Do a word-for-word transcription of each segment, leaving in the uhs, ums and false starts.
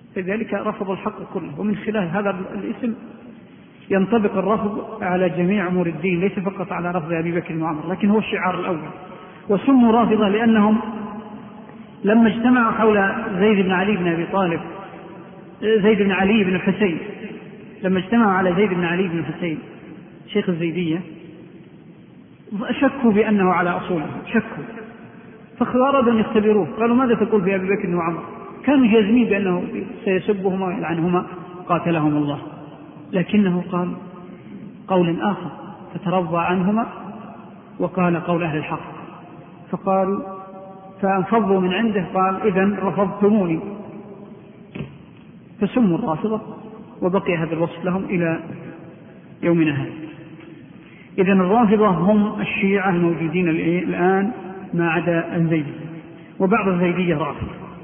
لذلك رفض الحق كله. ومن خلال هذا الاسم ينطبق الرفض على جميع أمور الدين، ليس فقط على رفض أبي بكر وعمر، لكن هو الشعار الأول. وسموا رافضة لأنهم لما اجتمعوا حول زيد بن علي بن أبي طالب زيد بن علي بن الحسين لما اجتمعوا على زيد بن علي بن الحسين شيخ الزيدية، شكوا بأنه على أصوله، شكوا، فأرادوا أن يختبروه، قالوا ماذا تقول في أبي بكر وعمر؟ كانوا جازمين بأنه سيسبهما ويلعنهما قاتلهم الله، لكنه قال قول آخر فترضى عنهما وقال قول أهل الحق، فقالوا فانفضوا من عنده، قال إذن رفضتموني، فسموا الرافضة، وبقي هذا الوصف لهم إلى يومنا هذا. إذن الرافضة هم الشيعة الموجودين الآن ما عدا الزيدية، وبعض الزيدية رافضة.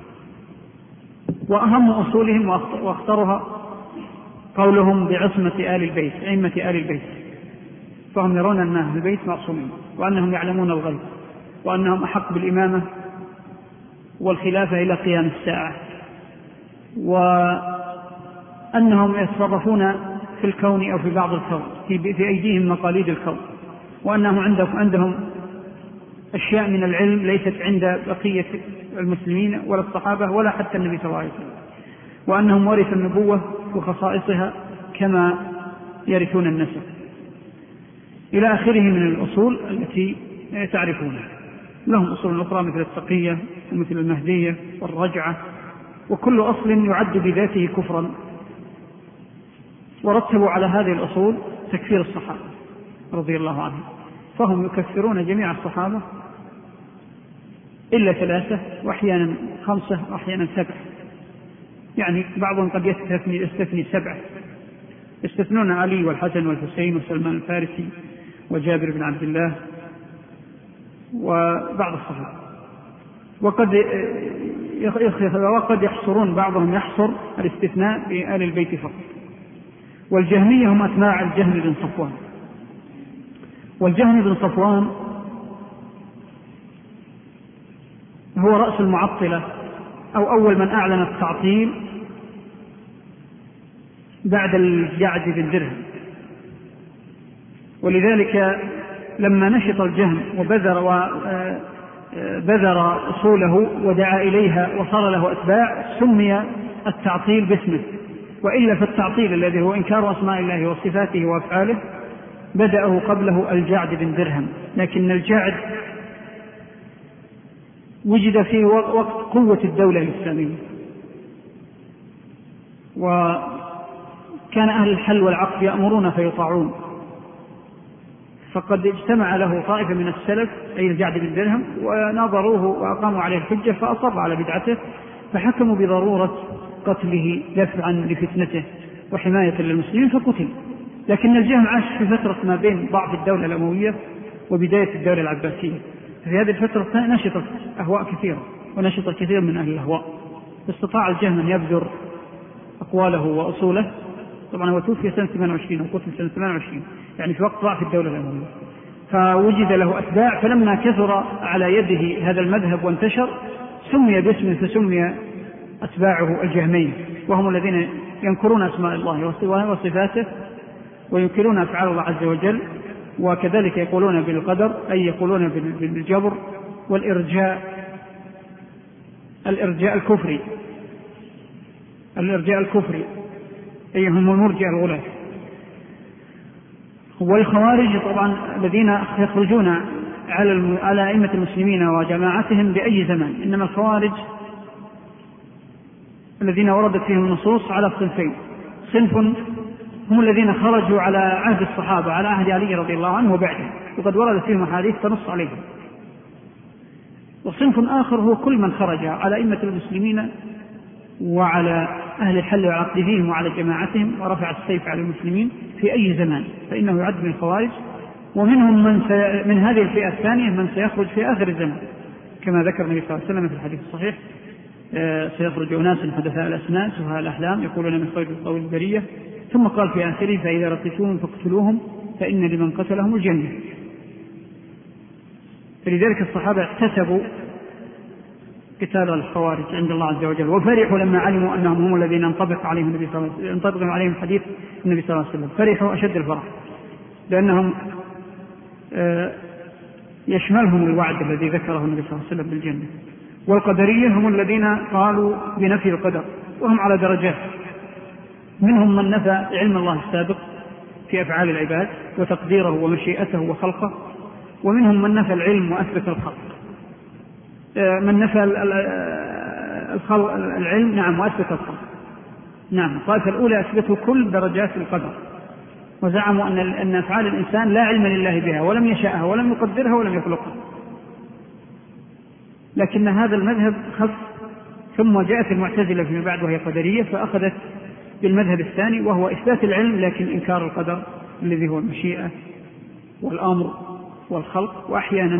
وأهم أصولهم واخطرها قولهم بعصمة آل البيت، أئمة آل البيت، فهم يرون أن أهل البيت معصومين، وأنهم يعلمون الغيب، وأنهم أحق بالإمامة والخلافة إلى قيام الساعة، وأنهم يتصرفون في الكون أو في بعض الكون، في أيديهم مقاليد الكون، وأنهم عندهم, عندهم أشياء من العلم ليست عند بقية المسلمين ولا الصحابة ولا حتى النبي صلى الله عليه وسلم، وأنهم ورثوا النبوة وخصائصها كما يرثون النسب، إلى آخره من الأصول التي تعرفونها. لهم أصول أخرى مثل التقية ومثل المهدية والرجعة، وكل أصل يعد بذاته كفرا، ورتبوا على هذه الأصول تكفير الصحابة رضي الله عنهم، فهم يكفرون جميع الصحابة إلا ثلاثة وأحيانا خمسة وأحيانا سبعة، يعني بعضهم قد يستثني, يستثني سبعة، يستثنون علي والحسن والحسين وسلمان الفارسي وجابر بن عبد الله وبعض الصحابة، وقد وقد يحصرون بعضهم يحصر الاستثناء بآل البيت فقط. والجهمية هم أتباع الجهم بن صفوان، والجهم بن صفوان هو رأس المعطلة أو أول من أعلن التعطيل بعد الجعد بن درهم، ولذلك لما نشط الجهم وبذر وبذر أصوله ودعا إليها وصار له أتباع سمي التعطيل باسمه، وإلا فالتعطيل الذي هو إنكار أسماء الله وصفاته وأفعاله بدأه قبله الجعد بن درهم، لكن الجعد وجد في وقت قوة الدولة الإسلامية، وكان أهل الحل والعقد يأمرون فيطاعون، فقد اجتمع له طائفة من السلف أي الجعد بن درهم وناظروه وأقاموا عليه الحجة فأصر على بدعته، فحكموا بضرورة قتله دفعا لفتنته وحماية للمسلمين فقتل. لكن الجهم عاش في فترة ما بين ضعف الدولة الأموية وبداية الدولة العباسية، في هذه الفترة نشطت أهواء كثيرة ونشط كثير من أهل الأهواء، فاستطاع الجهم أن يبذر أقواله وأصوله. طبعا هو توفي سنة ثمانية وعشرين وقتل سنة ثمانية وعشرين، يعني في وقت ضعف الدولة الأموية، فوجد له أتباع، فلما كثر على يده هذا المذهب وانتشر سمي باسمه، فسمي أتباعه الجهمية، وهم الذين ينكرون أسماء الله وصفاته وينكرون أفعال الله عز وجل، وكذلك يقولون بالقدر أي يقولون بالجبر والإرجاء، الإرجاء الكفري الإرجاء الكفري أي هم المرجئة الغلاة. والخوارج طبعا الذين يخرجون على على أئمة المسلمين وجماعتهم بأي زمان، إنما الخوارج الذين وردت فيهم النصوص على صنفين، صنف هم الذين خرجوا على عهد الصحابة على عهد علي رضي الله عنه وبعده وقد وردت فيهم أحاديث تنص عليهم، وصنف آخر هو كل من خرج على أئمة المسلمين وعلى أهل الحل والعقد فيهم وعلى جماعتهم ورفع السيف على المسلمين في أي زمان فإنه يعد من الخوارج. ومنهم من سي... من هذه الفئة الثانية من سيخرج في آخر الزمان كما ذكر النبي صلى الله عليه وسلم في الحديث الصحيح، آه سيخرج أناس حدثاء الأسنان سفهاء الأحلام يقولون من خير القول البرية، ثم قال في آخره فإذا رقصوهم فاقتلوهم فإن لمن قتلهم الجنة. فلذلك الصحابة احتسبوا قتال الخوارج عند الله عز وجل، وفرحوا لما علموا أنهم هم الذين ينطبق عليهم النبي صلى الله عليه وسلم، ينطبق عليهم حديث النبي صلى الله عليه وسلم، فرحوا أشد الفرح لأنهم يشملهم الوعد الذي ذكره النبي صلى الله عليه وسلم بالجنة. والقدرية هم الذين قالوا بنفي القدر، وهم على درجات، منهم من نفى علم الله السابق في أفعال العباد وتقديره ومشيئته وخلقه، ومنهم من نفى العلم وأثبت الخلق. من نفى العلم نعم وأثبت الخلق، نعم. الطائفة الأولى أثبتوا كل درجات القدر، وزعموا أن أن أفعال الإنسان لا علم لله بها، ولم يشاءها ولم يقدرها ولم يخلقها. لكن هذا المذهب خف، ثم جاءت المعتزلة فيما بعد وهي قدرية، فأخذت بالمذهب الثاني وهو إثبات العلم لكن إنكار القدر الذي هو المشيئة والأمر والخلق، وأحيانا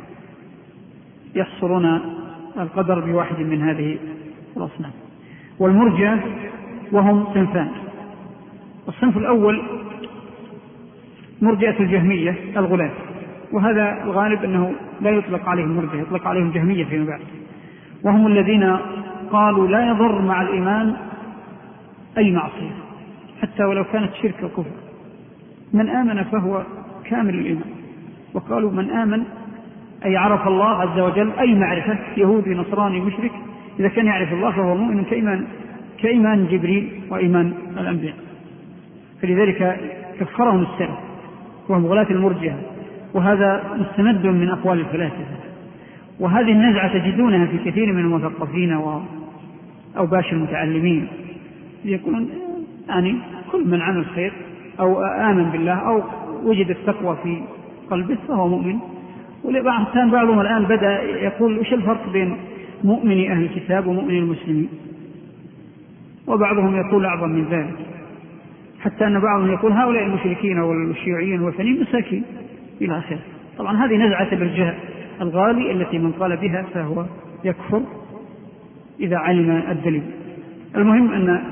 يحصرون القدر بواحد من هذه الأصناف. والمرجئة وهم صنفان. الصنف الأول مرجئة الجهمية الغلاة، وهذا الغالب أنه لا يطلق عليهم مرجئة، يطلق عليهم جهمية فيما بعد، وهم الذين قالوا لا يضر مع الإيمان أي معصية حتى ولو كانت شرك وكفر، من آمن فهو كامل الإيمان. وقالوا من آمن أي عرف الله عز وجل أي معرفة، يهودي نصراني مشرك، إذا كان يعرف الله فهو مؤمن كإيمان, كإيمان جبريل وإيمان الأنبياء. فلذلك كفرهم السلف وهم غلاة المرجئة، وهذا مستمد من أقوال الفلاسفة. وهذه النزعة تجدونها في كثير من المثقفين وأوباش المتعلمين، يقولون يعني كل من عمل خير أو آمن بالله أو وجد التقوى في قلبه فهو مؤمن. ولبعض بعضهم الآن بدأ يقول وش الفرق بين مؤمن أهل الكتاب ومؤمن المسلمين، وبعضهم يقول أعظم من ذلك، حتى أن بعضهم يقول هؤلاء المشركين والشيوعيين والوثنيين مساكين إلى آخره. طبعا هذه نزعة الإرجاء الغالي التي من قال بها فهو يكفر إذا علم الدليل. المهم أن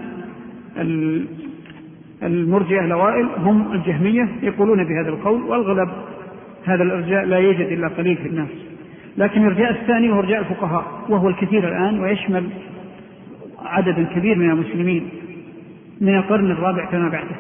المرجئة الأوائل هم الجهمية يقولون بهذا القول، والغلب هذا الإرجاء لا يوجد إلا قليل في الناس. لكن الإرجاء الثاني هو إرجاء الفقهاء، وهو الكثير الآن ويشمل عددا كبير من المسلمين من القرن الرابع كما بعده،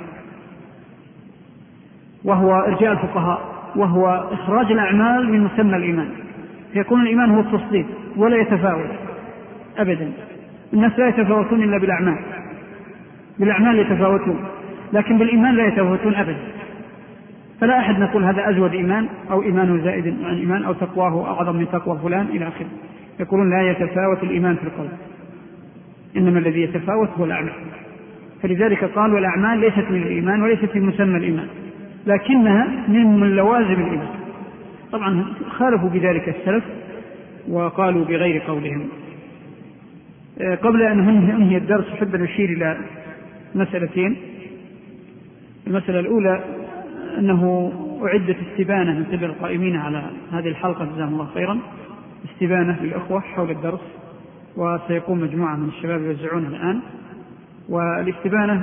وهو إرجاء الفقهاء، وهو إخراج الأعمال من مسمى الإيمان، فيكون الإيمان هو التصديق ولا يتفاوت أبدا. الناس لا يتفاوتون إلا بالأعمال، بالأعمال يتفاوتون، لكن بالإيمان لا يتفاوتون أبدا. فلا أحد نقول هذا أزود إيمان أو إيمانه زائد عن إيمان أو تقواه أعظم من تقوى فلان إلى آخره. يقولون لا يتفاوت الإيمان في القلب، إنما الذي يتفاوت هو الأعمال. فلذلك قال والأعمال ليست من الإيمان وليست من مسمى الإيمان، لكنها من لوازم الإيمان. طبعا خالفوا بذلك السلف وقالوا بغير قولهم. قبل أن أنهي الدرس أحب أن أشير إلى مسألتين. المسألة الأولى أنه أعدت استبانة من قبل القائمين على هذه الحلقة جزاهم الله خيرا، استبانة للأخوة حول الدرس، وسيقوم مجموعة من الشباب يوزعونها الآن. والاستبانة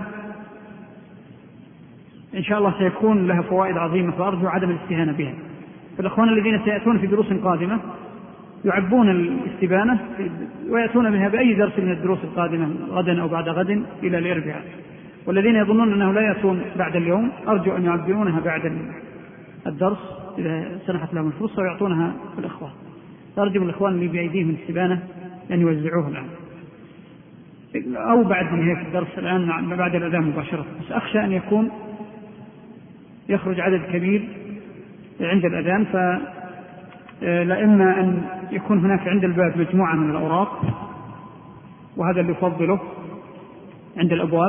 إن شاء الله سيكون لها فوائد عظيمة، فأرجو عدم الاستهانة بها. فالأخوان الذين سيأتون في دروس قادمة يعبون الاستبانة ويأتون بها بأي درس من الدروس القادمة غدا أو بعد غد إلى الأربعاء. والذين يظنون أنه لا يأتون بعد اليوم أرجو أن يعبرونها بعد الدرس إذا سنحت لهم الفرصة ويعطونها الإخوان. أرجو من الإخوان اللي بأيديهم الاستبانة أن يوزعوها الآن أو بعد نهاية الدرس الآن بعد الأذان مباشرة، بس أخشى أن يكون يخرج عدد كبير عند الأذان، فلا إما أن يكون هناك عند الباب مجموعة من الأوراق وهذا اللي يفضله عند الأبواب،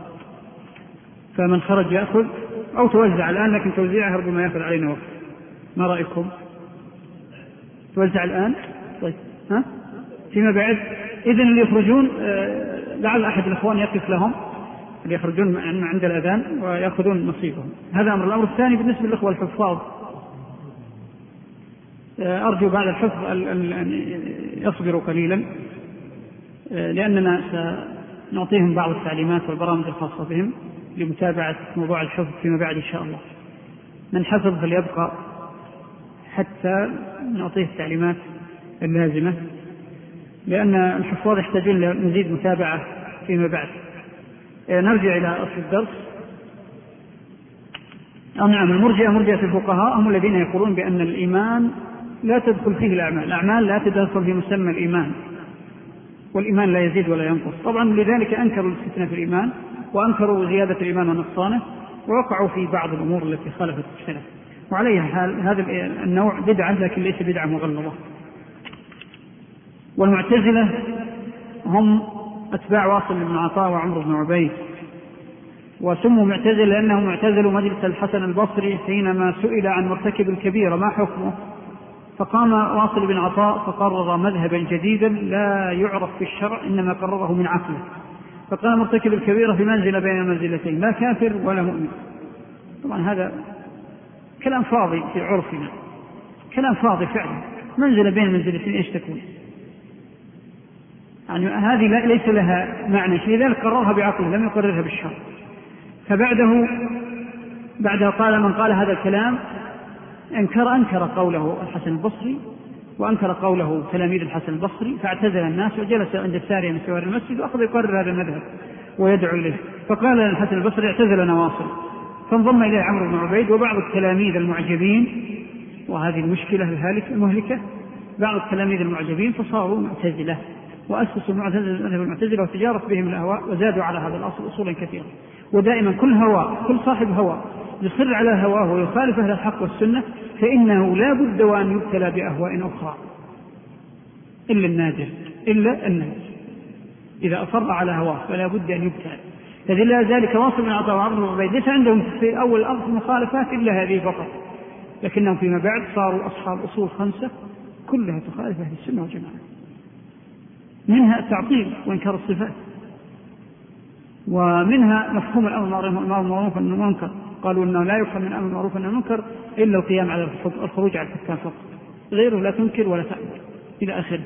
فمن خرج يأخذ، أو توزع الآن، لكن توزيعها ربما يأخذ علينا وقت. ما رأيكم؟ توزع الآن؟ طيب ها؟ فيما بعد إذن اللي يخرجون لعل أحد الإخوان يقف لهم اللي يخرجون عند الأذان ويأخذون نصيبهم. هذا أمر. الأمر الثاني بالنسبة للإخوة الحفاظ، أرجو بعد الحفظ أن يصبروا قليلا، لأننا سنعطيهم بعض التعليمات والبرامج الخاصة بهم لمتابعة موضوع الحفظ فيما بعد إن شاء الله. من حفظ فليبقى حتى نعطيه التعليمات اللازمة لأن الحفاظ يحتاجون لمزيد متابعة فيما بعد. نرجع إلى أصل الدرس. نعم، المرجئة مرجئة الفقهاء هم الذين يقولون بأن الإيمان لا تدخل فيه الأعمال، الأعمال لا تدخل في مسمى الإيمان، والإيمان لا يزيد ولا ينقص. طبعا لذلك أنكروا الاستثناء في الإيمان، وأنكروا زيادة الإيمان ونقصانه، ووقعوا في بعض الأمور التي خالفت السلف. وعليها حال هذا النوع بدعة، لكن ليس بدعة مغلظة. والمعتزلة هم أتباع واصل بن عطاء وعمرو بن عبيد، وسموا معتزلة لأنهم اعتزلوا مجلس الحسن البصري حينما سئل عن مرتكب الكبيرة ما حكمه، فقام واصل بن عطاء فقرر مذهبا جديدا لا يعرف في الشرع، إنما قرره من عقله، فقال مرتكب الكبيرة في منزلة بين المنزلتين، لا كافر ولا مؤمن. طبعا هذا كلام فاضي في عرفنا، كلام فاضي فعلا. منزلة بين المنزلتين إيش تكون؟ يعني هذه ليس لها معنى شيء، لذلك قررها بعقله لم يقررها بالشرع. فبعده بعدها قال من قال هذا الكلام أنكر أنكر قوله الحسن البصري، وأنكر قوله تلاميذ الحسن البصري، فاعتزل الناس وجلس عند السارية من سوار المسجد وأخذ يقرر هذا المذهب ويدعو إليه. فقال الحسن البصري اعتزلنا واصل، فانضم إليه عمرو بن عبيد وبعض التلاميذ المعجبين، وهذه المشكلة الهالكة المهلكة، بعض التلاميذ المعجبين فصاروا معتزلة وأسسوا المذهب المعتزلة وتجارت بهم الأهواء وزادوا على هذا الأصل أصولا كثيرة. ودائما كل هواء كل صاحب هواء يصر على هواه ويخالف أهل الحق والسنة، فإنه لا بد وأن يبتلى بأهواء أخرى، إلا النادر إلا النادر إذا أصر على هواه فلا بد أن يبتلى. فلذلك ذلك واصل بن عطاء وعمرو بن عبيد ليس عندهم في أول الأرض مخالفات إلا هذه فقط، لكنهم فيما بعد صاروا أصحاب أصول خمسة كلها تخالف أهل السنة والجماعة، منها التعطيل وإنكار الصفات، ومنها مفهوم الأمر المعروف والمنكر، قالوا أنه لا يفهم من الأمر المعروف والمنكر إلا القيام على الخروج على الحكام فقط، غيره لا تنكر ولا تأمر إلى آخره.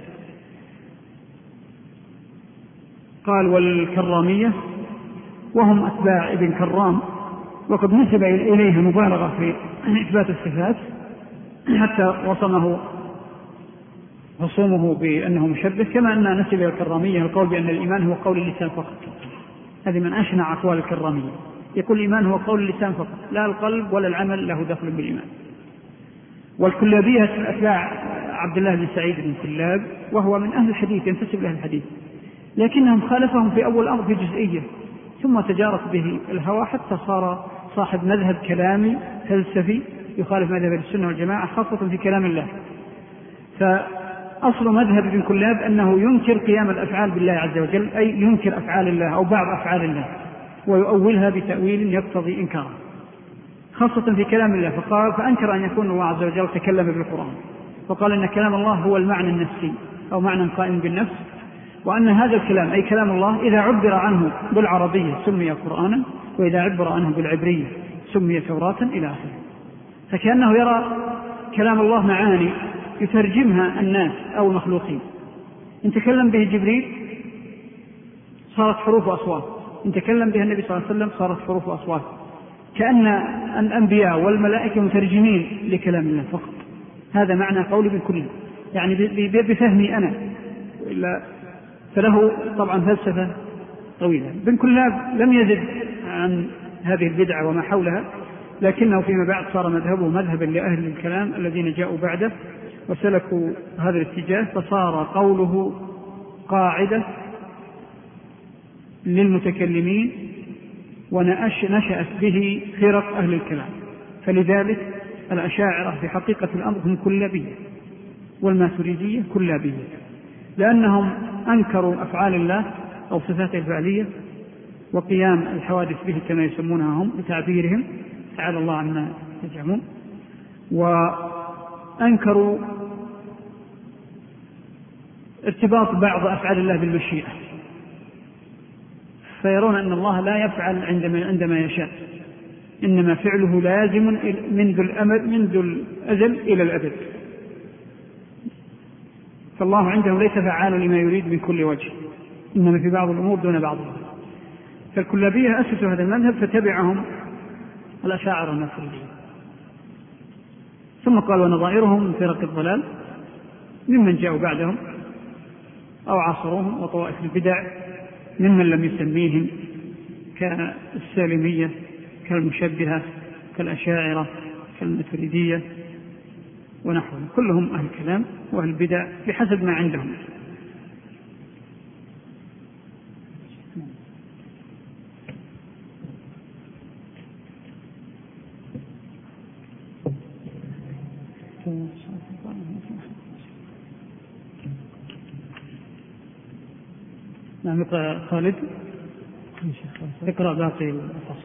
قال والكرامية وهم أتباع ابن كرام، وقد نسب إليها مبالغة في إثبات الصفات حتى وصمه وصومه بأنه مشبه، كما أن نسب إلى الكرامية القول بأن الإيمان هو قول اللسان فقط. هذه من أشنع أقوال الكرامية، يقول الإيمان هو قول اللسان فقط، لا القلب ولا العمل له دخل بالإيمان. والكلابية أتباع عبد الله بن سعيد بن كلاب، وهو من أهل الحديث ينتسب لأهل الحديث، لكنهم خالفهم في أول الأمر في جزئية، ثم تجارت به الهوى حتى صار صاحب مذهب كلامي فلسفي يخالف مذهب السنة والجماعة خاصة في كلام الله. فأصل مذهب ابن كلاب أنه ينكر قيام الأفعال بالله عز وجل، أي ينكر أفعال الله أو بعض أفعال الله ويؤولها بتأويل يقتضي إنكاره خاصة في كلام الله. فقال فأنكر أن يكون الله عز وجل تكلم بالقرآن، فقال إن كلام الله هو المعنى النفسي أو معنى قائم بالنفس، وأن هذا الكلام أي كلام الله إذا عبر عنه بالعربية سمي قرآنا، وإذا عبر عنه بالعبرية سمي توراة إلى آخره. فكأنه يرى كلام الله معاني يترجمها الناس أو المخلوقين، إن تكلم به جبريل صارت حروف وأصوات، إن تكلم به النبي صلى الله عليه وسلم صارت حروف وأصوات، كأن الأنبياء والملائكة مترجمين لكلام الله فقط. هذا معنى قولي بالكل، يعني بفهمي أنا، فله طبعا فلسفة طويلة. ابن كلاب لم يزد عن هذه البدعة وما حولها، لكنه فيما بعد صار مذهبه مذهبا لأهل الكلام الذين جاءوا بعده وسلكوا هذا الاتجاه، فصار قوله قاعدة للمتكلمين ونشأت به فرق أهل الكلام. فلذلك الأشاعرة في حقيقة الأمر هم كلابية، والماتريدية كلابية، لأنهم أنكروا أفعال الله أو صفاته الفعلية وقيام الحوادث به كما يسمونها هم بتعبيرهم، تعالى الله عما يزعمون، وأنكروا ارتباط بعض أفعال الله بالمشيئة، فيرون أن الله لا يفعل عندما عندما يشاء، إنما فعله لازم منذ الأمد منذ الأزل إلى الأبد، فالله عندهم ليس فعال لما يريد من كل وجه، إنما في بعض الأمور دون بعضها. فالكلابية أسسوا هذا المذهب فتبعهم الأشاعرة الماتريدية. ثم قال ونظائرهم من فرق الضلال ممن جاءوا بعدهم أو عاصروهم، وطوائف البدع ممن لم يسميهم كالسالمية كالمشبهة كالأشاعرة كالماتريدية ونحوهم، كلهم أهل كلام وأهل بدع بحسب ما عندهم. نعم، اقرأ خالد، اقرأ باقي الفصل.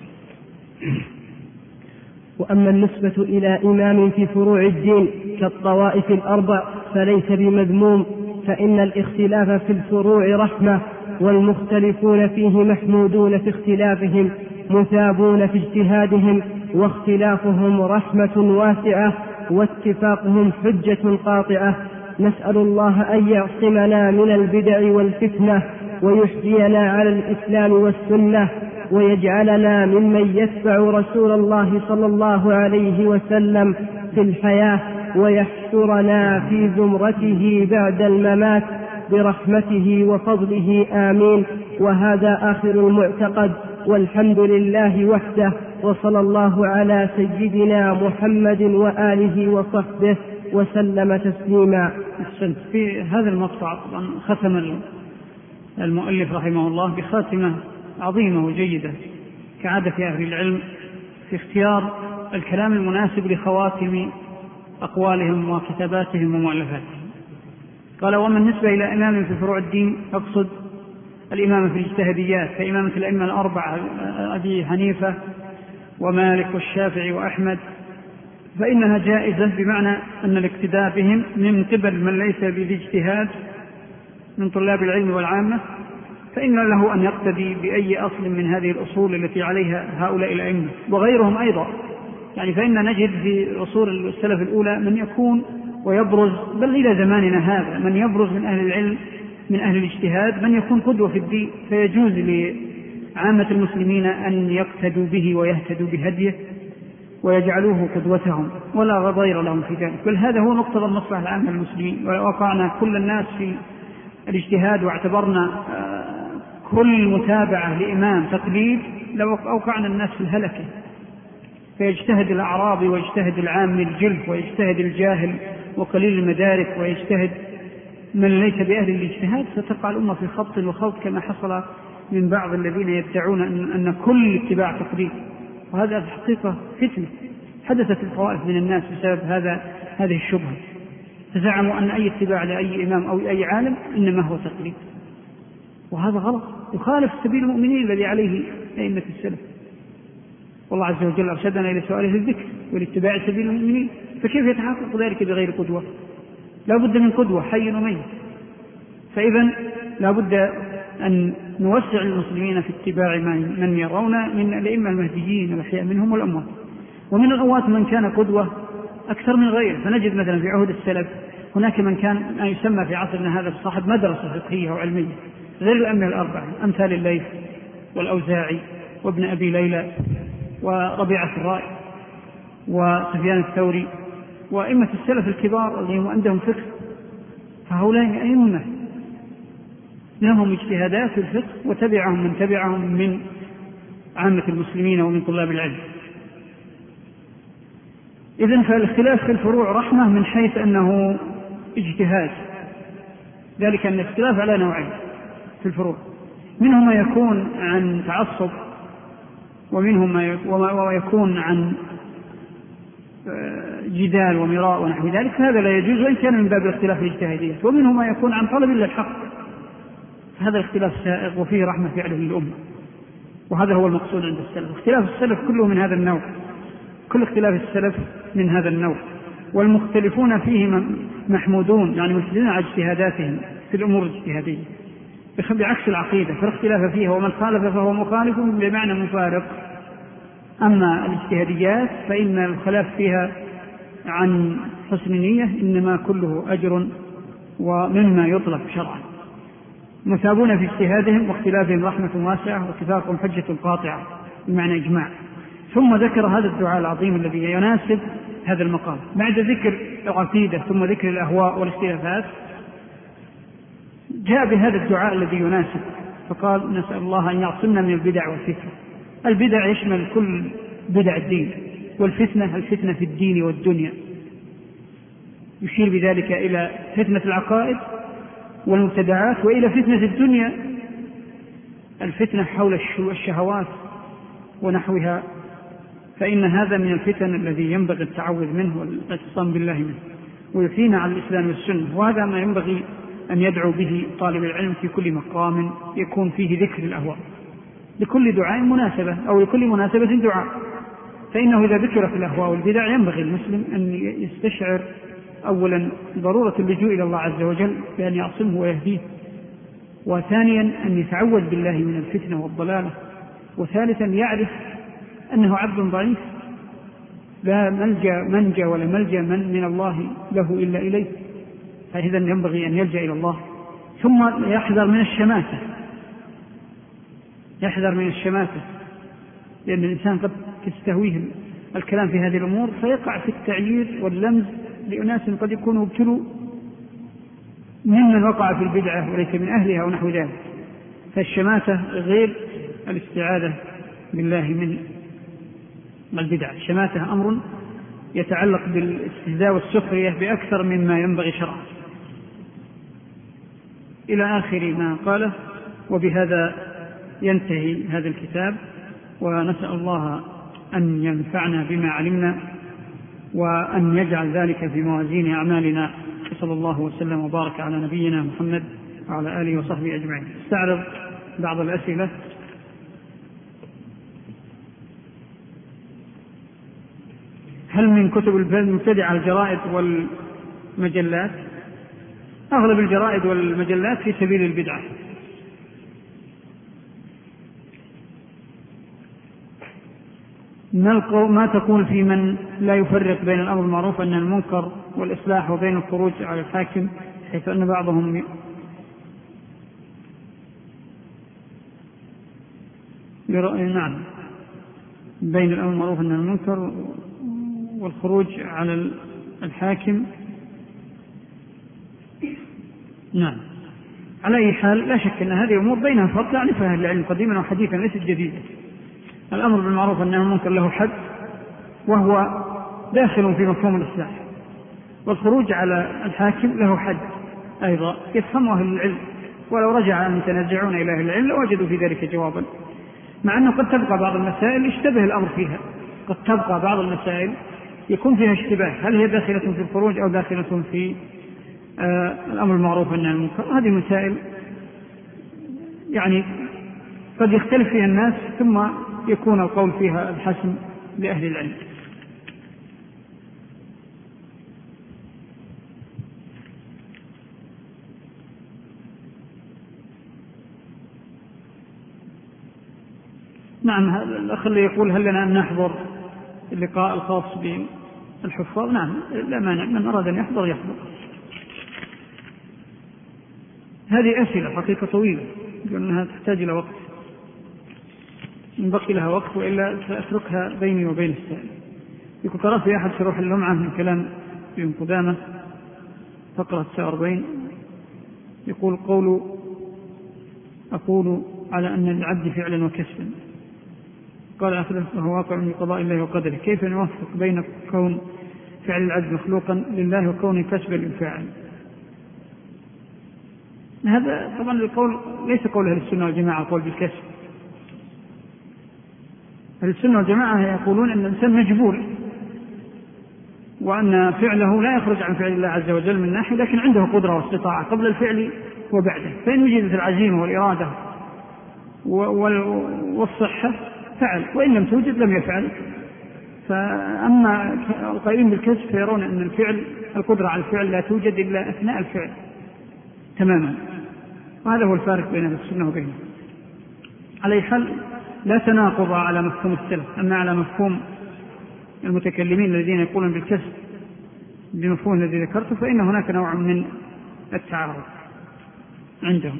وأما النسبة إلى إمام في فروع الدين كالطوائف الأربع فليس بمذموم، فإن الاختلاف في الفروع رحمة، والمختلفون فيه محمودون في اختلافهم مثابون في اجتهادهم، واختلافهم رحمة واسعة، واتفاقهم حجة قاطعة. نسأل الله أن يعصمنا من البدع والفتنة، ويحيينا على الإسلام والسنة، ويجعلنا ممن يتبع رسول الله صلى الله عليه وسلم في الحياة، ويحشرنا في زمرته بعد الممات برحمته وفضله، آمين. وهذا آخر المعتقد، والحمد لله وحده، وصلى الله على سيدنا محمد وآله وصحبه وسلم تسليما. في هذا المقطع طبعا ختم المؤلف رحمه الله بخاتمة عظيمة وجيدة كعادة أهل العلم في اختيار الكلام المناسب لخواتم أقوالهم وكتاباتهم ومؤلفاتهم. قال: وما النسبة إلى إمام في فروع الدين، أقصد الإمام في الاجتهاديات كإمامة الأئمة الأربعة أبي حنيفة ومالك والشافعي وأحمد، فإنها جائزة، بمعنى أن الاقتداء بهم من قبل من ليس بالاجتهاد من طلاب العلم والعامة، فإن له أن يقتدي بأي أصل من هذه الأصول التي عليها هؤلاء الأئمة وغيرهم أيضا. يعني فإن نجد في أصول السلف الأولى من يكون ويبرز، بل إلى زماننا هذا، من يبرز من أهل العلم من أهل الاجتهاد من يكون قدوة في الدين، فيجوز لعامة المسلمين أن يقتدوا به ويهتدوا بهديه ويجعلوه قدوتهم، ولا غير لهم في ذلك. بل هذا هو مقتضى المصلحة العامة للمسلمين. ولو وقعنا كل الناس في الاجتهاد واعتبرنا كل متابعة لإمام تقليد، لو أوقعنا الناس في الهلكة، فيجتهد الأعرابي ويجتهد العام الجلف ويجتهد الجاهل وقليل المدارك ويجتهد من ليس بأهل الاجتهاد، فتقع الأمة في خبط وخوض كما حصل من بعض الذين يدعون أن كل اتباع تقليد. وهذا في الحقيقة فتنة حدثت الطوائف من الناس بسبب هذا هذه الشبهة، فزعموا أن أي اتباع لأي إمام أو أي عالم إنما هو تقليد، وهذا غلط، يخالف سبيل المؤمنين الذي عليه أئمة السلف. والله عز وجل أرشدنا إلى سؤاله الذكر والاتباع سبيل المؤمنين، فكيف يتحقق ذلك بغير قدوة؟ لا بد من قدوة حي وميت. فإذا لا بد أن نوسع المسلمين في اتباع من يرون من الأئمة المهديين الأحياء منهم والأموات، ومن الأموات من كان قدوة أكثر من غيره. فنجد مثلا في عهد السلف هناك من كان ما يسمى في عصرنا هذا صاحب مدرسة فقهية وعلمية غير الأئمة الأربعة، أمثال الليث والأوزاعي وابن أبي ليلى وربيعة الرائي وسفيان الثوري وأئمة السلف الكبار الذين عندهم فقه. فهؤلاء أئمة لهم اجتهادات في الفقه، وتبعهم من تبعهم من عامة المسلمين ومن طلاب العلم. إذن فالاختلاف في الفروع رحمة من حيث أنه اجتهاد، ذلك أن الاختلاف على نوعين في الفروع، منهم ما يكون عن تعصب، ومنهم ما يكون عن جدال ومراء ونحو ذلك، هذا لا يجوز وإن كان من باب الاختلاف الاجتهادي. ومنهم ما يكون عن طلب للحق، هذا الاختلاف سائغ وفيه رحمة فعله للأمة، وهذا هو المقصود عند السلف. اختلاف السلف كله من هذا النوع، كل اختلاف السلف من هذا النوع. والمختلفون فيه محمودون، يعني مختلفون على اجتهاداتهم في الأمور الاجتهادية بعكس العقيدة، فالاختلاف فيها ومن خالف فهو مخالف بمعنى مفارق. أما الاجتهاديات فإن الخلاف فيها عن حسن نية إنما كله أجر ومما يطلب شرعا. مثابون في اجتهادهم واختلافهم رحمة واسعة، واتفاقهم حجة قاطعة بمعنى إجماع. ثم ذكر هذا الدعاء العظيم الذي يناسب هذا المقام بعد ذكر العقيدة ثم ذكر الأهواء والاختلافات. جاء بهذا الدعاء الذي يناسب، فقال نسأل الله أن يعصمنا من البدع والفتن. البدع يشمل كل بدع الدين، والفتنة الفتنة في الدين والدنيا، يشير بذلك إلى فتنة العقائد والمبتدعات، وإلى فتنة الدنيا، الفتنة حول الشهوات ونحوها، فإن هذا من الفتن الذي ينبغي التعوذ منه والاعتصام بالله منه، ويحيينا على الإسلام والسنة. وهذا ما ينبغي أن يدعو به طالب العلم في كل مقام يكون فيه ذكر الأهواء، لكل دعاء مناسبة أو لكل مناسبة دعاء، فإنه إذا ذكرت الأهواء والبدع ينبغي المسلم أن يستشعر أولا ضرورة اللجوء إلى الله عز وجل بأن يعصمه ويهديه، وثانيا أن يتعوذ بالله من الفتنة والضلالة، وثالثا يعرف أنه عبد ضعيف لا ملجأ منجى ولا ملجأ من من الله له إلا إليه، فإذا ينبغي أن يلجأ إلى الله. ثم يحذر من الشماتة، يحذر من الشماتة لأن الإنسان قد تستهويه الكلام في هذه الأمور فيقع في التعيير واللمز لأناس قد يكونوا ابتلوا ممن وقع في البدعة وليس من أهلها ونحو ذلك. فالشماتة غير الاستعاذة بالله من البدعة. الشماتة أمر يتعلق بالاستهزاء والسخرية بأكثر مما ينبغي شرعا، إلى آخر ما قاله. وبهذا ينتهي هذا الكتاب، ونسأل الله أن ينفعنا بما علمنا وأن يجعل ذلك في موازين أعمالنا. صلى الله وسلم وبارك على نبينا محمد وعلى آله وصحبه أجمعين. استعرض بعض الأسئلة. هل من كتب المبتدعة الجرائد والمجلات؟ أغلب الجرائد والمجلات في سبيل البدعة. ما تقول في من لا يفرق بين الأمر المعروف أن المنكر والإصلاح وبين الخروج على الحاكم، حيث أن بعضهم نعم بين الأمر المعروف أن المنكر والخروج على الحاكم. نعم، على أي حال لا شك أن هذه أمور بينها فرق يعرفها أهل العلم قديما وحديثا، ليست جديدة. الأمر بالمعروف أن المنكر له حد وهو داخل في مفهوم الإصلاح، والخروج على الحاكم له حد أيضا يفهمه أهل العلم، ولو رجع المتنازعون إلى أهل العلم لوجدوا في ذلك جوابا، مع أنه قد تبقى بعض المسائل يشتبه الأمر فيها، قد تبقى بعض المسائل يكون فيها اشتباه، هل هي داخلة في الخروج أو داخلة في آه الأمر المعروف أن المنكر. هذه مسائل يعني قد يختلف فيها الناس ثم يكون القول فيها الحسم لأهل العلم. نعم، الأخ اللي يقول هل لنا أن نحضر اللقاء الخاص بالحفاظ؟ نعم لا مانع، من أراد أن يحضر يحضر. هذه أسئلة حقيقة طويلة لأنها تحتاج إلى وقت، إن بقي لها وقت وإلا سأتركها بيني وبين السائل. يقول قرأت في أحد شروح اللمعة من كلام ابن قدامة فقرة تسعة وأربعين يقول قول أقول على أن العبد فعلا وكسبا، قال أخذ وهو واقع من قضاء الله وقدره، كيف نوفق بين كون فعل العبد مخلوقا لله وكون كسبا للفاعل؟ هذا طبعا القول ليس قول أهل السنة والجماعة قول بالكسب. أهل السنة والجماعة يقولون أن الإنسان مجبول وأن فعله لا يخرج عن فعل الله عز وجل من ناحية، لكن عنده قدرة واستطاعة قبل الفعل وبعده، فإن وجدت العزيمة والإرادة والصحة فعل، وإن لم توجد لم يفعل. فأما القائلين بالكسب فيرون أن الفعل القدرة على الفعل لا توجد إلا أثناء الفعل تماما، وهذا هو الفارق بين السنة وبينه. على حال لا تناقض على مفهوم السلف، أما على مفهوم المتكلمين الذين يقولون بالكسب بمفهوم الذي ذكرته فإن هناك نوع من التعارض عندهم.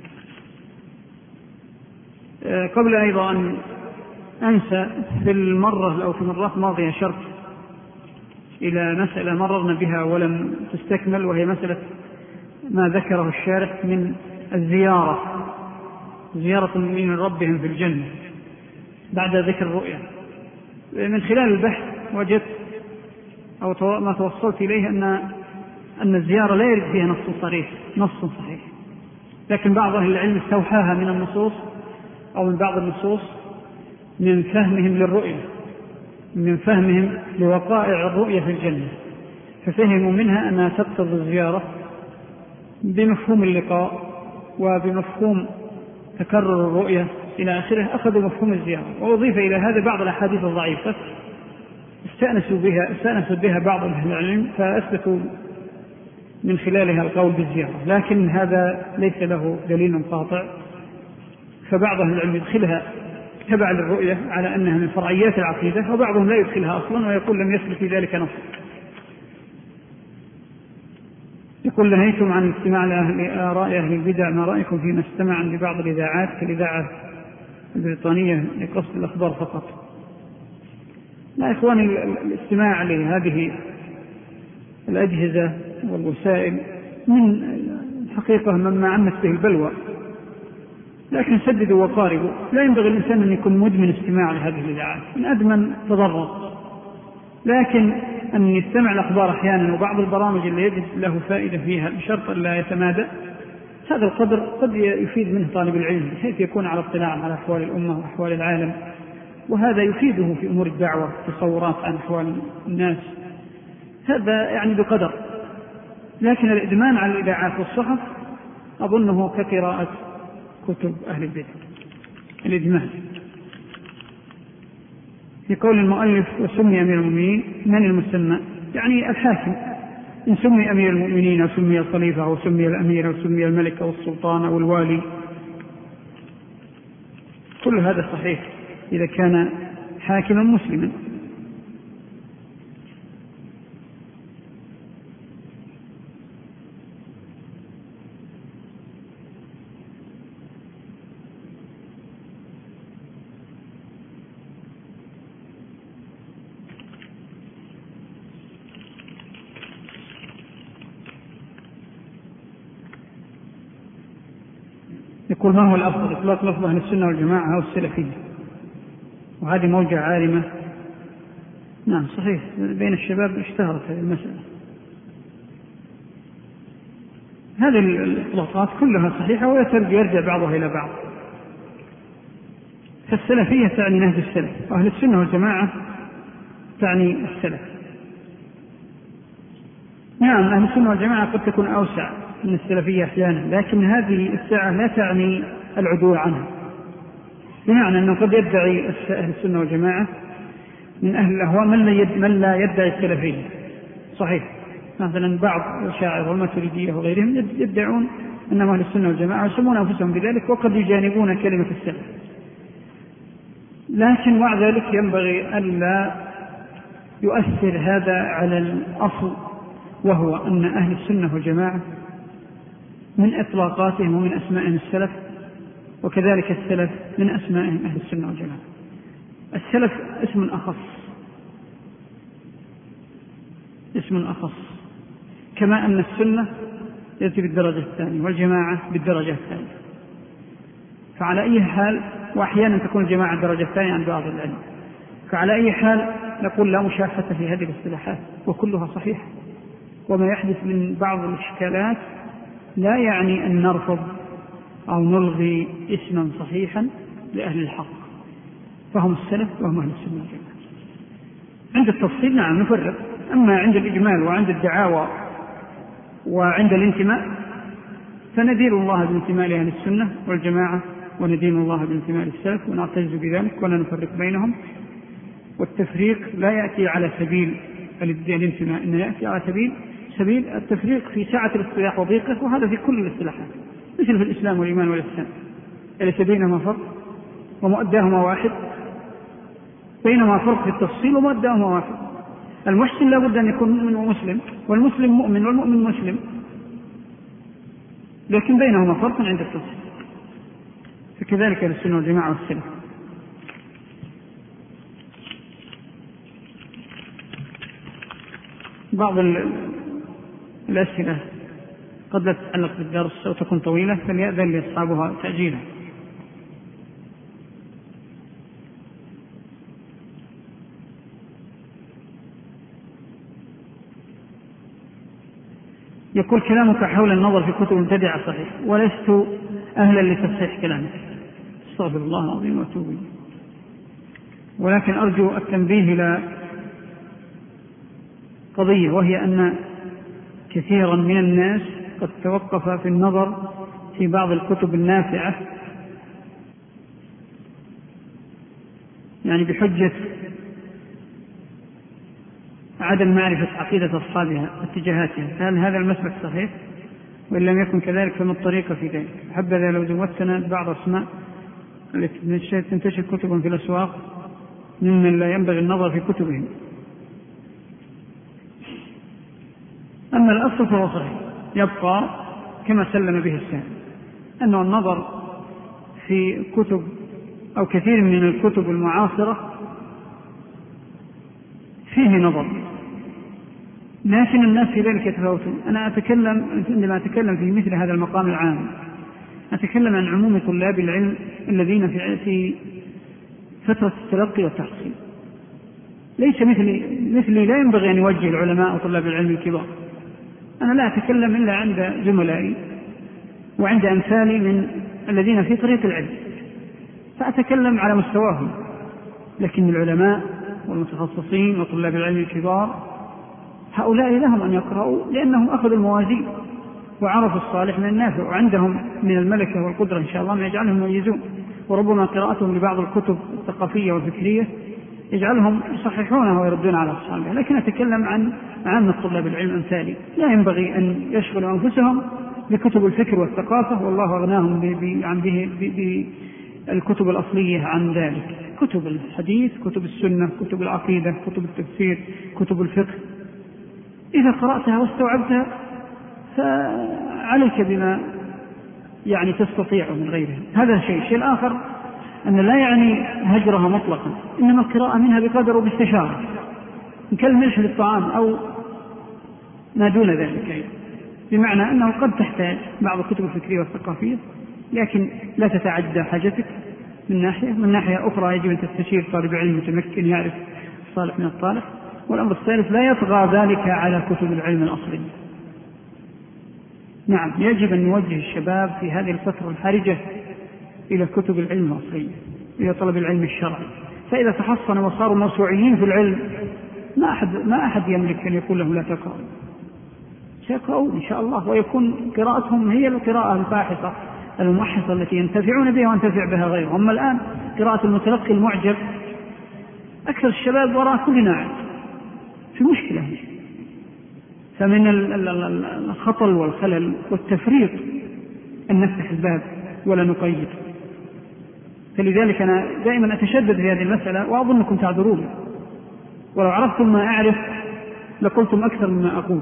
قبل أيضا أن أنسى، في المرة أو في مرات ماضية شرط إلى مسألة مررنا بها ولم تستكمل، وهي مسألة ما ذكره الشارح من الزيارة، زيارة المؤمنين من ربهم في الجنة بعد ذكر الرؤيا. من خلال البحث وجدت أو ما توصلت إليه أن أن الزيارة لا يرد فيها نص صريح نص صحيح، لكن بعض أهل العلم استوحاها من النصوص أو من بعض النصوص من فهمهم للرؤيا، من فهمهم لوقائع الرؤيا في الجنة، ففهموا منها أنها تقتضي الزيارة بمفهوم اللقاء وبمفهوم تكرر الرؤيا إلى آخره، أخذوا مفهوم الزيارة. وأضيف إلى هذا بعض الأحاديث الضعيفة استأنسوا بها استأنسوا بها بعض أهل العلم فأثبتوا من خلالها القول بالزيارة، لكن هذا ليس له دليل قاطع، فبعض أهل العلم يدخلها تبع للرؤية على أنها من فرعيات العقيدة، وبعضهم لا يدخلها أصلا ويقول لم يثبت في ذلك نص. يقول نهيتم عن الاستماع لآراء أهل البدع، ما رأيكم فيما استمع لبعض الإذاعات كالإذاعة البريطانية لقصد الأخبار فقط؟ لا إخواني، الاستماع لهذه الأجهزة والوسائل من حقيقة مما عمت به البلوى، لكن سددوا وقاربوا. لا ينبغي الإنسان أن يكون مدمن استماع لهذه الإذاعات، من أدمن تضرر، لكن أن يستمع الأخبار أحيانا وبعض البرامج اللي يجد له فائدة فيها بشرط أن لا يتمادى، هذا القدر قد يفيد منه طالب العلم بحيث يكون على اطلاع على أحوال الأمة وأحوال العالم، وهذا يفيده في أمور الدعوة، تصورات عن أحوال الناس، هذا يعني بقدر. لكن الإدمان على الإذاعات والصحف أظنه كقراءة كتب أهل البدع، الإدمان. في قول المؤلف وسمي أمير المؤمنين، من المسمى؟ يعني الحاكم، إن سمي أمير المؤمنين أو سمي الخليفة أو سمي الأمير أو سمي الملك أو السلطان أو الوالي، كل هذا صحيح إذا كان حاكما مسلما. يقول ما هو الأفضل، إطلاق لفظ أهل السنة والجماعة أو السلفية؟ وهذه موجة عارمة. نعم صحيح، بين الشباب اشتهرت هذه المسألة. هذه الإطلاقات كلها صحيحة ويرجع بعضها إلى بعض. فالسلفية تعني نهج السلف، وأهل السنة والجماعة تعني السلف. نعم أهل السنة والجماعة قد تكون أوسع من السلفية أحيانا، لكن هذه الساعة لا تعني العدول عنها، بمعنى أنه قد يدعي أهل السنة والجماعة من أهل الأهواء من لا يدعي السلفية. صحيح، مثلا بعض الشاعر والماتريدية وغيرهم يدعون أنهم أهل السنة والجماعة ويسمون أنفسهم بذلك، وقد يجانبون كلمة السلف. لكن مع ذلك ينبغي ألا يؤثر هذا على الأصل، وهو أن أهل السنة والجماعة من إطلاقاتهم ومن أسمائهم السلف، وكذلك السلف من أسمائهم أهل السنة والجماعة. السلف اسم أخص، اسم أخص، كما أن السنة يأتي بالدرجة الثانية والجماعة بالدرجة الثانية. فعلى أي حال، وأحيانا تكون الجماعة الدرجة الثانية عند بعض العلم، فعلى أي حال نقول لا مشاحة في هذه الاصطلاحات وكلها صحيحة. وما يحدث من بعض الإشكالات لا يعني أن نرفض أو نلغي اسما صحيحا لأهل الحق، فهم السلف وهم أهل السنة والجماعة. عند التفصيل نعم نفرق، أما عند الإجمال وعند الدعاوى وعند الانتماء فندين الله بالانتماء لأهل السنة والجماعة، وندين الله بالانتماء للسلف ونعتز بذلك ولا نفرق بينهم. والتفريق لا يأتي على سبيل الانتماء، إنه يأتي على سبيل سبيل التفريق في سعة الاصطلاح وضيقه، وهذا في كل الاصطلاحات، مثل في الإسلام والإيمان والإحسان، أليس بينهما فرق ومؤداهما واحد؟ بينهما فرق في التفصيل ومؤداهما واحد. المحسن لا بد أن يكون مؤمن ومسلم، والمسلم مؤمن والمؤمن مسلم، لكن بينهما فرق عند التفصيل. فكذلك السنة والجماعة والسلف. بعض الأسئلة قد لا تتعلق بالدرس أو تكون طويلة فليأذن لأصحابها تأجيلها. يقول كلامك حول النظر في كتب مبتدعة صحيح، ولست أهلا لتصحيح كلامك، استغفر الله العظيم وأتوب إليه. ولكن أرجو التنبيه إلى قضية، وهي أن كثيرا من الناس قد توقف في النظر في بعض الكتب النافعة يعني بحجة عدم معرفة عقيدة أصحابها واتجاهاتها. هل هذا المسلك صحيح؟ وإن لم يكن كذلك فما الطريقة في ذلك؟ حبذا لو زودتنا بعض أسماء التي تنتشر كتب في الأسواق ممن لا ينبغي النظر في كتبهم. أما الأصل فهو صحيح، يبقى كما سلم به السائل أنه النظر في كتب أو كثير من الكتب المعاصرة فيه نظر، لكن الناس في ذلك يتفاوتون. أنا أتكلم عندما أتكلم في مثل هذا المقام العام أتكلم عن عموم طلاب العلم الذين في فترة التلقي والتحصيل، ليس مثلي مثلي لا ينبغي أن يوجه العلماء وطلاب العلم الكبار. أنا لا أتكلم إلا عند زملائي وعند أمثالي من الذين في طريق العلم، فأتكلم على مستواهم. لكن العلماء والمتخصصين وطلاب العلم الكبار هؤلاء لهم أن يقرأوا، لأنهم أخذوا الموازين وعرفوا الصالح من النافع، وعندهم من الملكة والقدرة إن شاء الله ما يجعلهم يميزون. وربما قراءتهم لبعض الكتب الثقافية والفكرية يجعلهم يصححونها ويردون على أصحابها. لكن أتكلم عن عامة طلاب العلم أمثالي، لا ينبغي أن يشغلوا أنفسهم بكتب الفكر والثقافة، والله أغناهم عن بالكتب الأصلية عن ذلك. كتب الحديث، كتب السنة، كتب العقيدة، كتب التفسير، كتب الفقه، إذا قرأتها واستوعبتها فعليك بما يعني تستطيع من غيرها. هذا شيء. الشيء الآخر أن لا يعني هجرها مطلقا، إنما القراءة منها بقدر وباستشارة، كالملح للطعام أو ما دون ذلك، بمعنى أنه قد تحتاج بعض الكتب الفكرية والثقافية لكن لا تتعدى حاجتك من ناحية. من ناحية أخرى يجب أن تستشير طالب علم متمكن يعرف الصالح من الطالح. والأمر الثالث لا يطغى ذلك على كتب العلم الأصلي. نعم، يجب أن نوجه الشباب في هذه الفترة الحرجة إلى كتب العلم الأصلي، إلى طلب العلم الشرعي. فإذا تحصنوا وصاروا موسوعيين في العلم ما أحد, ما أحد يملك أن يقول له لا تقرأ، سيقرأوا إن شاء الله، ويكون قراءتهم هي القراءة الباحثة الممحصة التي ينتفعون بها وينتفع بها غيرهم. أما الآن قراءة المتلقي المعجب أكثر الشباب وراء كل ناعم، في مشكلة. فمن الخطل والخلل والتفريط أن نفتح الباب ولا نقيد. فلذلك أنا دائما أتشدد في هذه المسألة، وأظنكم تعذرون، ولو عرفتم ما أعرف لقلتم أكثر مما أقول.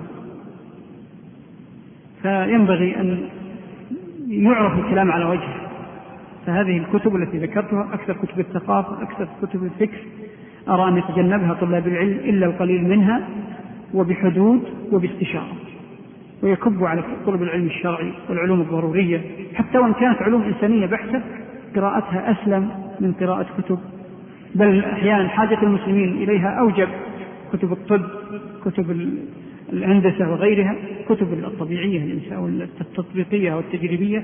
فينبغي أن يعرف الكلام على وجهه. فهذه الكتب التي ذكرتها أكثر كتب الثقافة، أكثر كتب الفكر، أرى أن يتجنبها طلاب العلم إلا القليل منها، وبحدود وباستشارة، ويكب على طلب العلم الشرعي والعلوم الضرورية، حتى وإن كانت علوم إنسانية بحتة قراءتها أسلم من قراءة كتب، بل أحيانا حاجة المسلمين إليها أوجب. كتب الطب، كتب الهندسة وغيرها، كتب الطبيعية والتطبيقية والتجريبية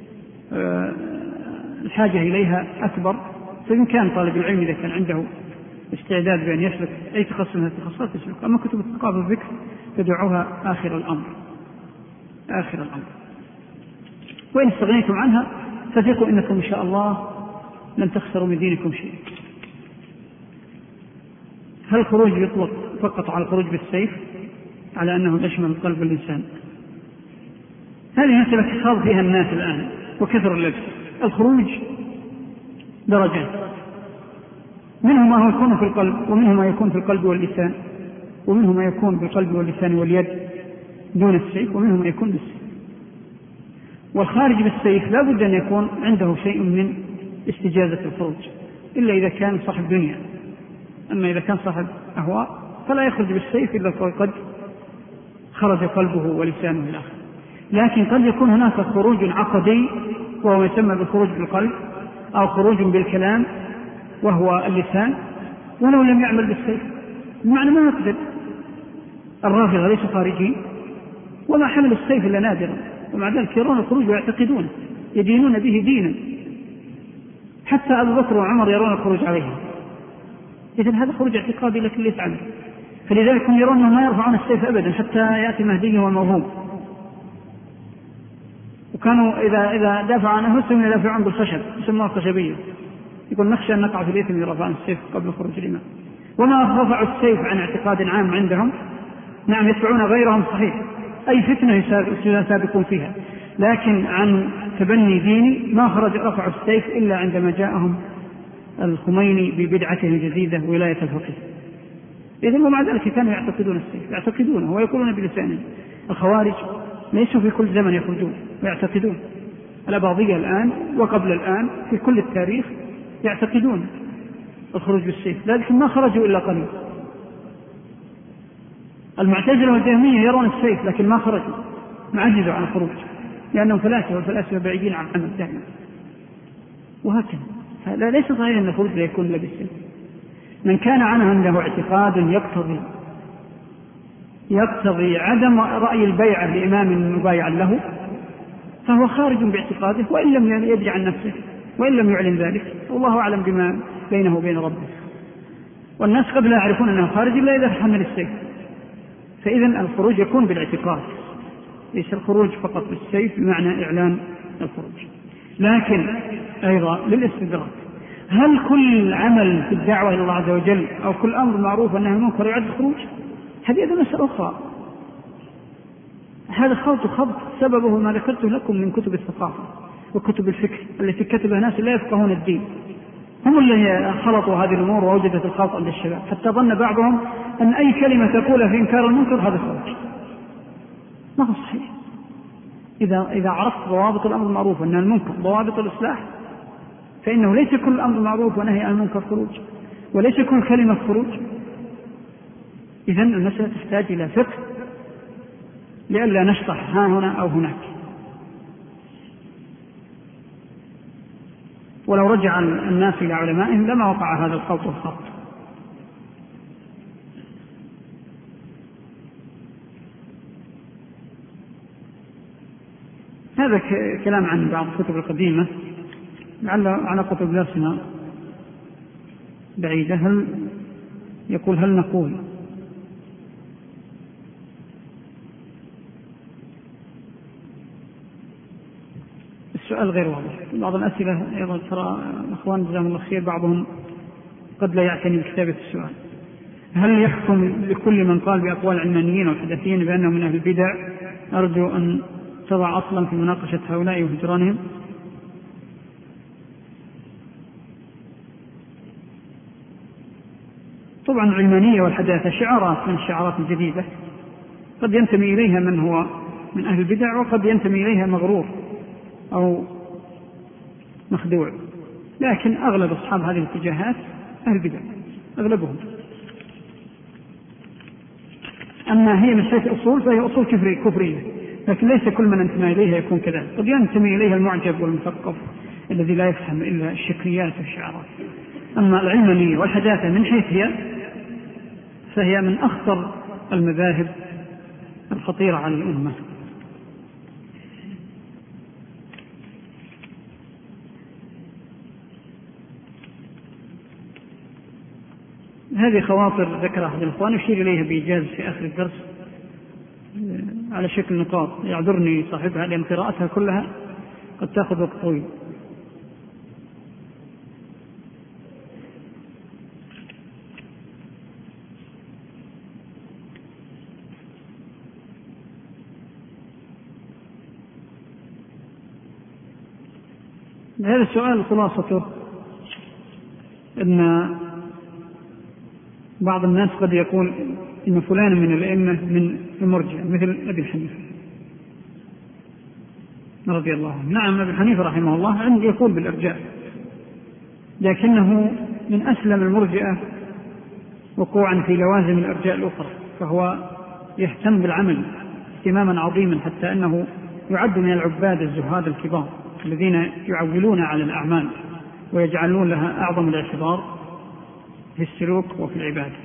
الحاجة إليها أكبر. فإن كان طالب العلم إذا كان عنده استعداد بأن يسلك أي تخصص من التخصصات يسلك. أما كتب الثقافة والذكر تدعوها آخر الأمر آخر الأمر وإن استغنيتم عنها فثقوا إنكم إن شاء الله لن تخسروا من دينكم شيء. هل الخروج يطلق فقط على الخروج بالسيف على أنه يشمل القلب واللسان؟ هذه مسألة تخاض فيها الناس الآن وكثر اللبس. الخروج درجات، منه ما هو يكون في القلب، ومنه ما يكون في القلب واللسان، ومنه ما يكون بالقلب واللسان واليد دون السيف، ومنه ما يكون بالسيف. والخارج بالسيف لا بد أن يكون عنده شيء من استجازة الخروج، إلا إذا كان صاحب دنيا. أما إذا كان صاحب أهواء فلا يخرج بالسيف إلا قد خرج قلبه ولسانه إلى آخره. لكن قد يكون هناك خروج عقدي وهو ما يسمى بالخروج بالقلب، أو خروج بالكلام وهو اللسان، ولو لم يعمل بالسيف بمعنى ما يقدر. الرافضة ليسوا خارجين وما حملوا السيف إلا نادرا، ومع ذلك يرون الخروج ويعتقدون يدينون به دينا، حتى أبو بكر وعمر يرون الخروج عليهم. إذن هذا خروج اعتقادي لكن ليس عنه، فلذلك هم يرون أنهم ما يرفعون السيف أبدا حتى يأتي مهدي والموهوم. وكانوا إذا إذا دافعوا عن أنفسهم يدافعون بالخشب، يسموها الخشبية، يقول نخشى أن نقع في الإثم يرفعون السيف قبل خروج الإمام. وما رفعوا السيف عن اعتقاد عام عندهم، نعم يتبعون غيرهم صحيح، أي فتنة يسابقون فيها، لكن عن تبني ديني ما خرج رفعوا السيف إلا عندما جاءهم الخميني ببدعته الجديدة ولاية الفقيه. إذن ومع ذلك كانوا يعتقدون السيف، يعتقدونه ويقولون بلسانهم. الخوارج ليسوا في كل زمن يخرجون ويعتقدون، الأباضية الآن وقبل الآن في كل التاريخ يعتقدون الخروج بالسيف، لكن ما خرجوا إلا قليل. المعتزلة والجهمية يرون السيف لكن ما خرجوا، ما عجزوا عن الخروج لأنهم فلاسفة، والفلاسفة بعيدين عن العمل دائما، وهكذا. فلا ليس صحيح أن الخروج لا يكون إلا بالسيف. من كان عنه عنده اعتقاد يقتضي يقتضي عدم رأي البيعة لإمام مبايع له فهو خارج باعتقاده، وإن لم يدري عن نفسه وإن لم يعلن ذلك، والله أعلم بما بينه وبين ربه. والناس قد لا يعرفون أنه خارج إلا إذا تحمل السيف. فإذن الخروج يكون بالاعتقاد، ليس الخروج فقط بالسيف بمعنى إعلان الخروج. لكن أيضا للاستدراك، هل كل عمل في الدعوة إلى الله عز وجل أو كل أمر معروف أنه منكر يعد خروج؟ هذه أيضا مسألة أخرى. هذا خلط خبط سببه ما ذكرته لكم من كتب الثقافة وكتب الفكر التي كتبها ناس لا يفقهون الدين، هم اللي خلطوا هذه الأمور ووجدت الخلط عند الشباب، حتى ظن بعضهم أن أي كلمة تقولها في إنكار المنكر هذا خروج. ما هو صحيح. إذا إذا عرفت ضوابط الأمر المعروف أن المنكر ضوابط الإصلاح، فإنه ليس كل أمر معروف ونهي عن المنكر خروج، وليس كل كلمة خروج. إذن المسألة تحتاج إلى فقه لئلا نشطح ها هنا أو هناك. ولو رجع الناس إلى علمائهم لما وقع هذا الخلط والخط. هذا كلام عن بعض الكتب القديمة لعل على كتب درسنا بعيدة. هل يقول هل نقول السؤال غير واضح. بعض الأسئلة أيضا ترى أخوان جزاهم الله خير بعضهم قد لا يعتني بكتابة السؤال. هل يحكم لكل من قال بأقوال علمانيين والحدثيين بأنه من أهل البدع؟ أرجو أن تضع أصلا في مناقشة هؤلاء وهجرانهم. طبعا العلمانية والحداثة شعارات من الشعارات الجديدة قد ينتمي إليها من هو من أهل البدع، وقد ينتمي إليها مغرور أو مخدوع، لكن أغلب أصحاب هذه الاتجاهات أهل البدع أغلبهم. أما هي من حيث أصول فهي أصول كفرية، لكن ليس كل من انتمى إليها يكون كذلك، قد ينتمي إليها المعجب والمثقف الذي لا يفهم إلا الشكليات والشعارات. أما العلمانية والحداثة من حيث هي فهي من أخطر المذاهب الخطيرة على الأمة. هذه خواطر ذكرها أحد الإخوان يشير إليها بإيجاز في آخر الدرس على شكل نقاط، يعذرني صاحبها لأن قراءتها كلها قد تأخذ وقت طويل. هذا السؤال خلاصته أن بعض الناس قد يقول إن فلان من الأئمة من المرجئة مثل أبي حنيفة رضي الله عنه. نعم أبي حنيفة رحمه الله عندي يقول بالإرجاء، لكنه من أسلم المرجئة وقوعا في لوازم الإرجاء الأخرى، فهو يهتم بالعمل اهتماما عظيما حتى أنه يعد من العباد الزهاد الكبار الذين يعولون على الأعمال ويجعلون لها أعظم الاعتبار في السلوك وفي العبادة.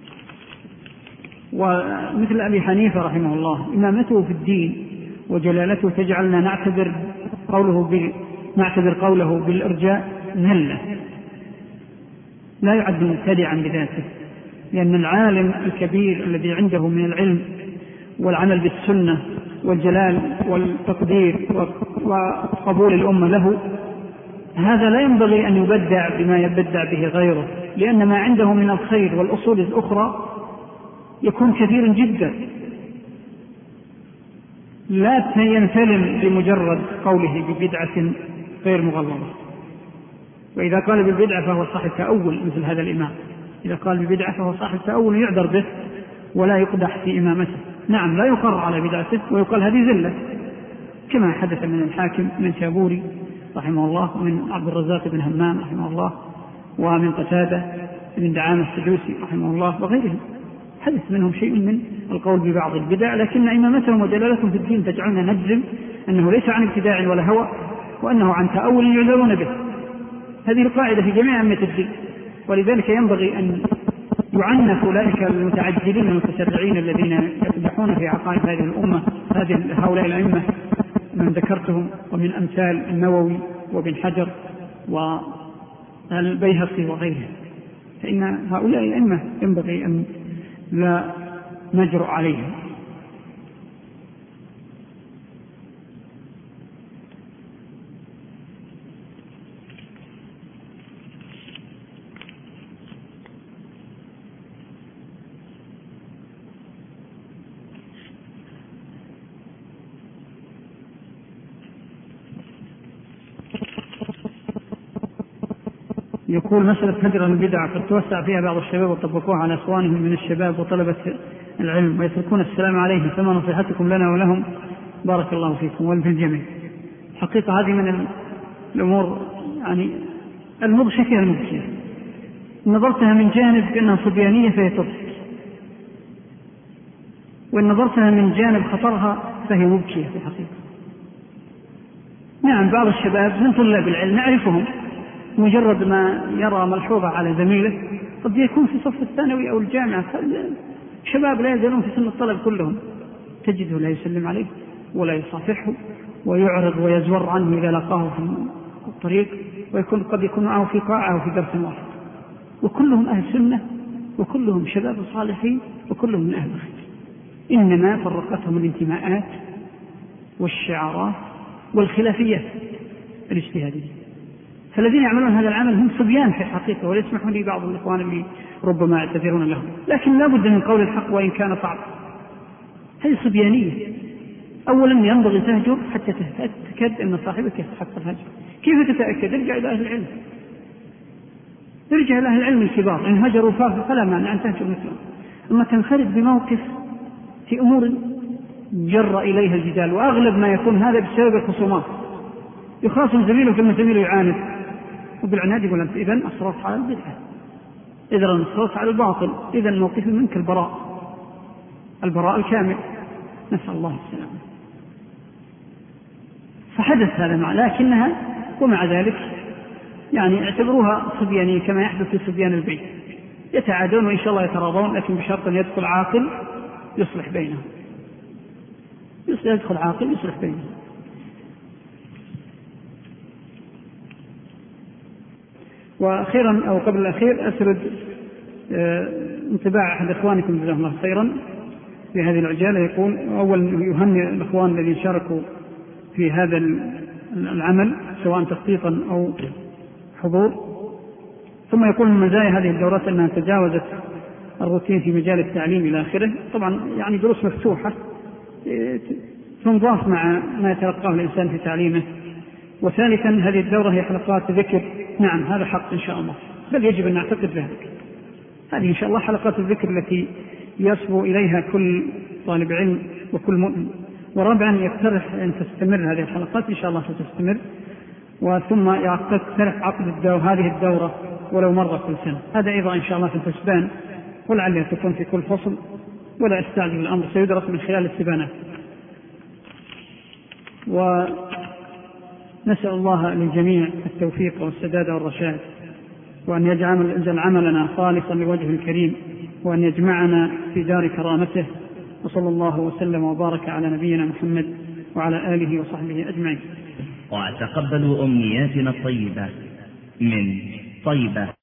ومثل أبي حنيفة رحمه الله إمامته في الدين وجلالته تجعلنا نعتبر قوله ب... نعتبر قوله بالإرجاء ذلة، لا يعد مبتدعا بذاته، لأن العالم الكبير الذي عنده من العلم والعمل بالسنة والجلال والتقدير وقبول الأمة له، هذا لا ينبغي أن يبدع بما يبدع به غيره، لأن ما عنده من الخير والأصول الأخرى يكون كثير جدا، لا ينسلم بمجرد قوله ببدعة غير مغلظة. وإذا قال بالبدعة فهو صاحب تأول مثل هذا الإمام، إذا قال بالبدعة فهو صاحب تأول يعذر به ولا يقدح في إمامته. نعم لا يقر على بدعته ويقال هذه زلة، كما حدث من الحاكم من شابوري رحمه الله ومن عبد الرزاق بن همام رحمه الله ومن قتادة بن دعامة السدوسي رحمه الله وغيرهم، حدث منهم شيء من القول ببعض البدع، لكن إمامتهم ودلالتهم في الدين تجعلنا نجزم أنه ليس عن ابتداع ولا هوى، وأنه عن تأول يعذرون به. هذه القاعدة في جميع أئمة الدين، ولذلك ينبغي أن يعنف أولئك المتعجلين المتسرعين الذين يقدحون في عقائد هذه الأمة، هذه هؤلاء الأئمة من ذكرتهم ومن أمثال النووي وابن حجر والبيهقي وغيرهم، فإن هؤلاء الأئمة ينبغي أن لا نجرؤ عليهم. يقول مسألة هجر البدع قد توسع فيها بعض الشباب وطبقوها على أخوانهم من الشباب وطلبة العلم ويتركون السلام عليهم، فما نصيحتكم لنا ولهم؟ بارك الله فيكم ولفي الجميع. حقيقة هذه من الأمور يعني المضحكة المبكية، نظرتها من جانب بأنها صبيانية فهي تضحك، وإن نظرتها من جانب خطرها فهي مبكية في الحقيقة. نعم بعض الشباب من طلاب العلم نعرفهم مجرد ما يرى ملحوظة على زميله قد يكون في صف الثانوي أو الجامعة، شباب لا يزالون في سن الطلب كلهم، تجده لا يسلم عليه ولا يصافحه ويعرض ويزور عنه إذا لقاه في الطريق، ويكون قد يكون معه في قاعة أو في درس واحد، وكلهم أهل سنة وكلهم شباب صالحين وكلهم من أهل الخير، إنما فرقتهم الانتماءات والشعارات والخلافيات الاجتهادية. فالذين يعملون هذا العمل هم صبيان في الحقيقة، ولا يسمحون لي بعض الإخوان اللي ربما يعتذرون لهم، لكن لا بد من قول الحق وإن كان صعب. هذه صبيانية. أولا ينبغي تهجر حتى تتأكد أن صاحبك يستحق الهجر. كيف تتأكد؟ ارجع إلى أهل العلم، ارجع إلى أهل العلم الكبار، إن هجروا فلا مانع أن تهجر مثلهم. أما تنفرد بموقف في أمور جر إليها الجدال، وأغلب ما يكون هذا بسبب الخصومات، يخاصم زميله كما زميله يعاند وبالعناد يقول أنت إذن أصرفت على البدعة، إذن أصرفت على الباطل، إذن موقف منك البراء، البراء الكامل، نسأل الله السلامة. فحدث هذا مع لكنها ومع ذلك يعني اعتبروها صبيانية كما يحدث في صبيان البيت، يتعادون وإن شاء الله يتراضون، لكن بشرط أن يدخل عاقل يصلح بينهم، يدخل عاقل يصلح بينهم. وأخيرا أو قبل الأخير أسرد انطباع أحد إخوانكم جزاه الله خيرا في هذه العجالة. يقول أول يهنئ الإخوان الذين شاركوا في هذا العمل سواء تخطيطا أو حضور، ثم يقول من مزايا هذه الدورات أنها تجاوزت الروتين في مجال التعليم إلى آخره. طبعا يعني دروس مفتوحة تنضاف مع ما يتلقاه الإنسان في تعليمه. وثالثا هذه الدورة هي حلقات ذكر، نعم هذا حق إن شاء الله، بل يجب أن نعتقد ذلك، هذه إن شاء الله حلقات الذكر التي يصبو إليها كل طالب علم وكل مؤمن. ورابعا يقترح أن تستمر هذه الحلقات إن شاء الله ستستمر، وثم يقترح عقد الدورة هذه الدورة ولو مرة كل سنة، هذا أيضا إن شاء الله في الحسبان، ولعلها تكون في كل فصل، ولا أستعجل الأمر سيدرس من خلال السبانات. ونسأل الله للجميع التوفيق والسداد والرشاد، وأن يجعل عملنا خالصا لوجهه الكريم، وأن يجمعنا في دار كرامته. وصلى الله وسلم وبارك على نبينا محمد وعلى آله وصحبه أجمعين. وتقبلوا أمنياتنا الطيبة من طيبة.